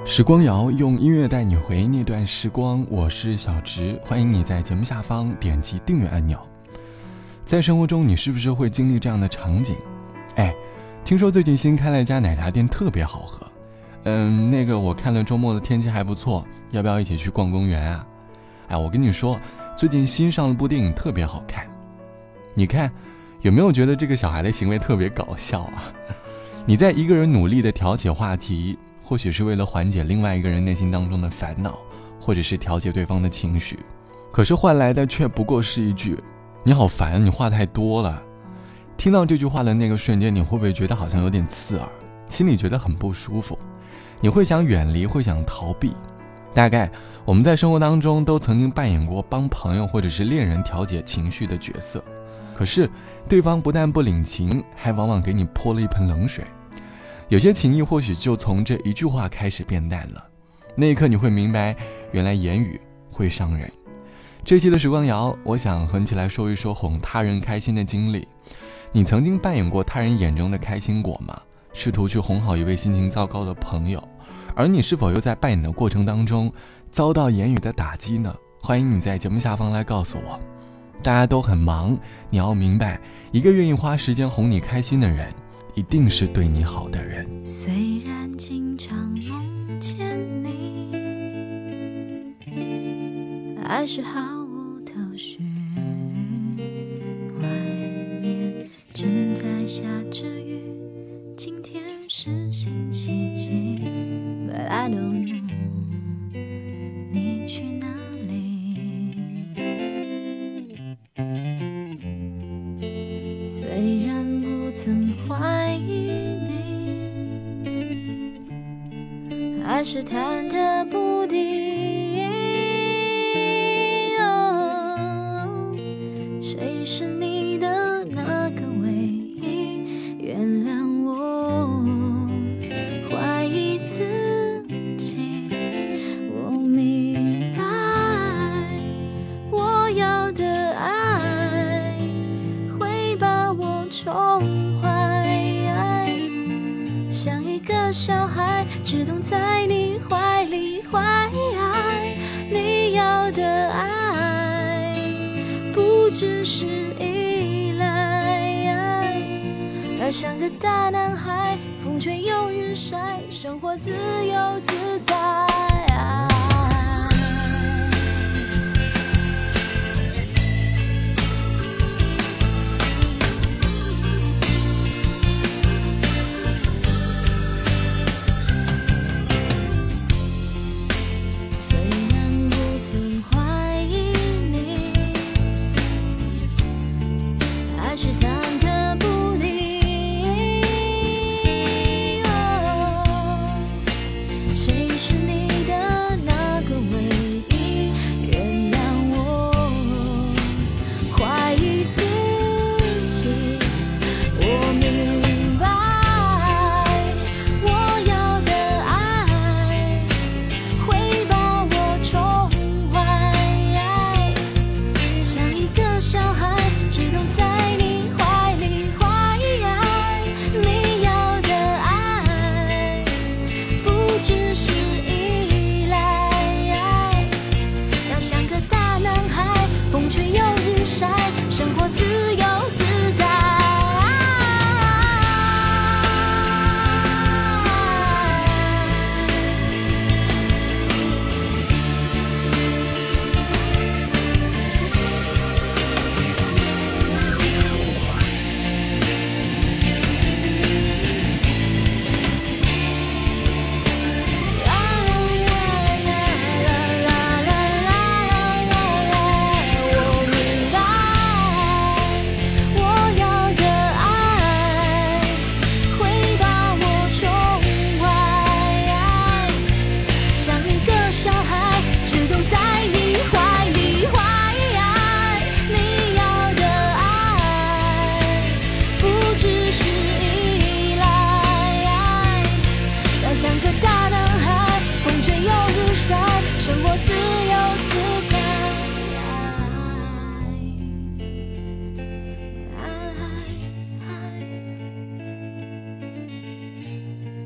时光谣用音乐带你回那段时光，我是小直，欢迎你在节目下方点击订阅按钮。在生活中，你是不是会经历这样的场景？听说最近新开了一家奶茶店，特别好喝。那个我看了周末的天气还不错，要不要一起去逛公园啊？我跟你说，最近新上了部电影，特别好看。你看，有没有觉得这个小孩的行为特别搞笑啊？你在一个人努力地挑起话题，或许是为了缓解另外一个人内心当中的烦恼，或者是调节对方的情绪，可是换来的却不过是一句你好烦，你话太多了。听到这句话的那个瞬间，你会不会觉得好像有点刺耳，心里觉得很不舒服？你会想远离，会想逃避。大概我们在生活当中都曾经扮演过帮朋友或者是恋人调节情绪的角色，可是对方不但不领情，还往往给你泼了一盆冷水。有些情谊或许就从这一句话开始变淡了，那一刻你会明白，原来言语会伤人。这期的时光谣，我想和你一起来说一说哄他人开心的经历。你曾经扮演过他人眼中的开心果吗？试图去哄好一位心情糟糕的朋友，而你是否又在扮演的过程当中遭到言语的打击呢？欢迎你在节目下方来告诉我。大家都很忙，你要明白，一个愿意花时间哄你开心的人，一定是对你好的人。 虽然经常梦见你，还是毫无头绪，外面正在下着雨，今天是星期几 But I don't know 你去哪里。虽然不曾怀疑你，还是忐忑不定。谁是你的那个唯一？原谅我怀疑自己。我明白，我要的爱会把我宠坏，像一个小孩，只懂在你怀里怀爱。你要的爱不只是依赖，而像个大男孩，风吹又日晒，生活自由自在。谁是你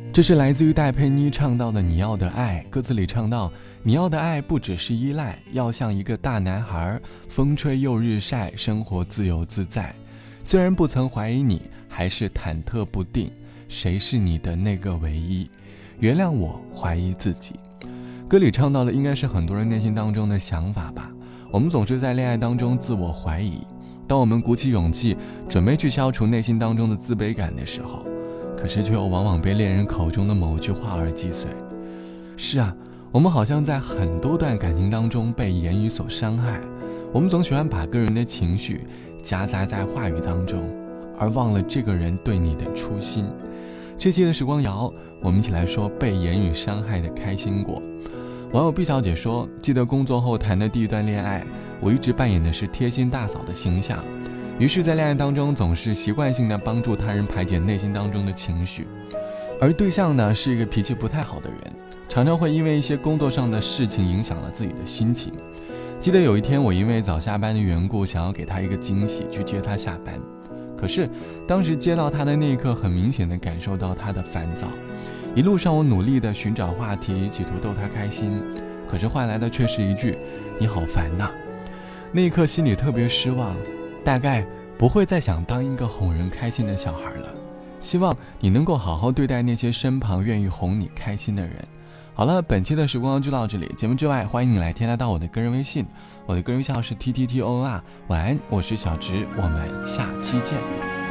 这是来自于戴佩妮唱到的你要的爱，歌词里唱到，你要的爱不只是依赖，要像一个大男孩，风吹又日晒，生活自由自在。虽然不曾怀疑你，还是忐忑不定，谁是你的那个唯一，原谅我怀疑自己。歌里唱到的应该是很多人内心当中的想法吧。我们总是在恋爱当中自我怀疑，当我们鼓起勇气准备去消除内心当中的自卑感的时候，可是却又往往被恋人口中的某句话而击碎。是啊，我们好像在很多段感情当中被言语所伤害，我们总喜欢把个人的情绪夹杂在话语当中，而忘了这个人对你的初心。这期的时光谣，我们一起来说被言语伤害的开心果。网友毕小姐说，记得工作后谈的第一段恋爱，我一直扮演的是贴心大嫂的形象，于是在恋爱当中总是习惯性的帮助他人排解内心当中的情绪，而对象呢是一个脾气不太好的人，常常会因为一些工作上的事情影响了自己的心情。记得有一天，我因为早下班的缘故，想要给他一个惊喜，去接他下班，可是当时接到他的那一刻，很明显的感受到他的烦躁。一路上我努力的寻找话题，企图逗他开心，可是换来的却是一句你好烦呐。那一刻心里特别失望，大概不会再想当一个哄人开心的小孩了。希望你能够好好对待那些身旁愿意哄你开心的人。好了，本期的时光就到这里，节目之外欢迎你来添加到我的个人微信，我的个人微信号是 TTTONR。 晚安，我是小直，我们下期见。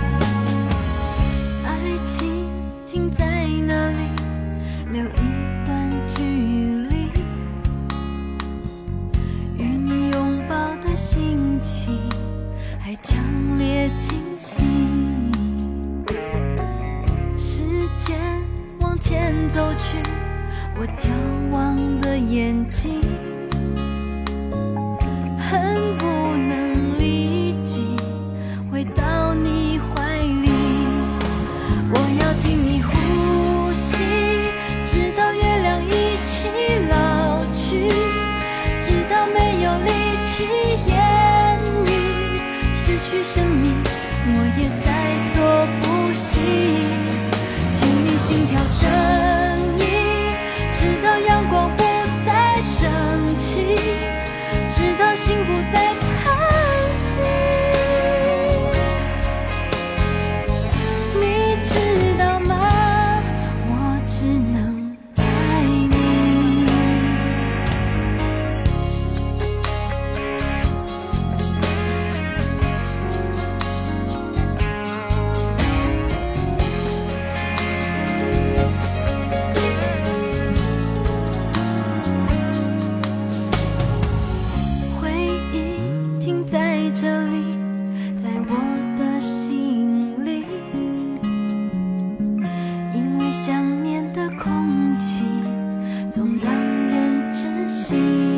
爱情停在哪里，留一段距离，与你拥抱的心情还强烈清晰，时间往前走去，我眺望的眼睛很不能理解，回到你怀里，我要听你呼吸，直到月亮一起老去，直到没有力气言语，失去生命我也在所不惜，听你心跳声音，直到阳光不再升起，直到心不再叹息。你知道吗？我只能爱你。回忆停在这里，在我的心里，因为想念的空气总让人窒息，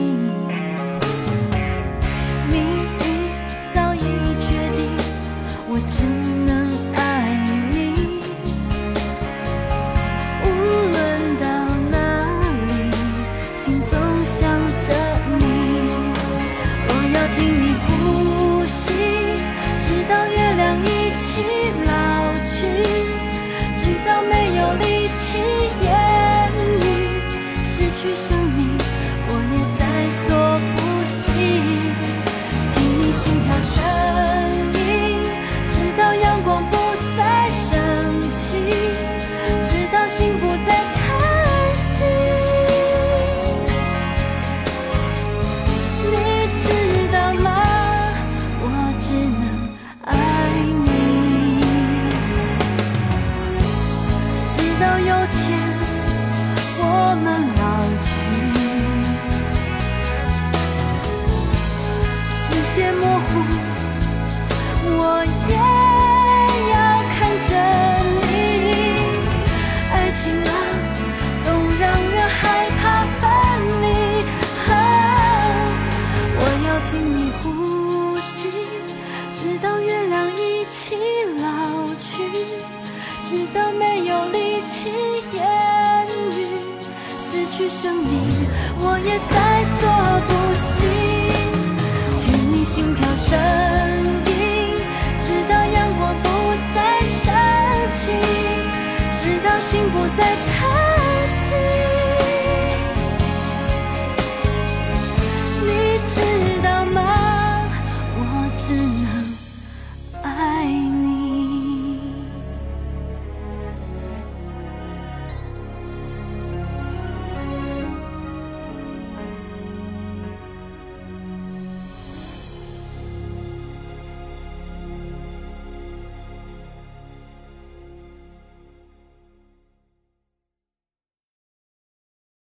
命运早已决定，我只能爱你，无论到哪里，心总想着你，我要听你呼吸，直到月亮一起老去，直到没有力气言语，失去生命我也在所不惜，听你心跳声音，直到阳光不再升起，直到心不再叹息。你知道吗？我只能爱你，直到有天我们老去，视线模糊，我也要看着你。爱情啊，总让人害怕分离，我要听你呼吸，直到月亮一起老去，直到没有力气言语，失去生命我也在所不惜，听你心跳声音，直到阳光不再升起，直到心不再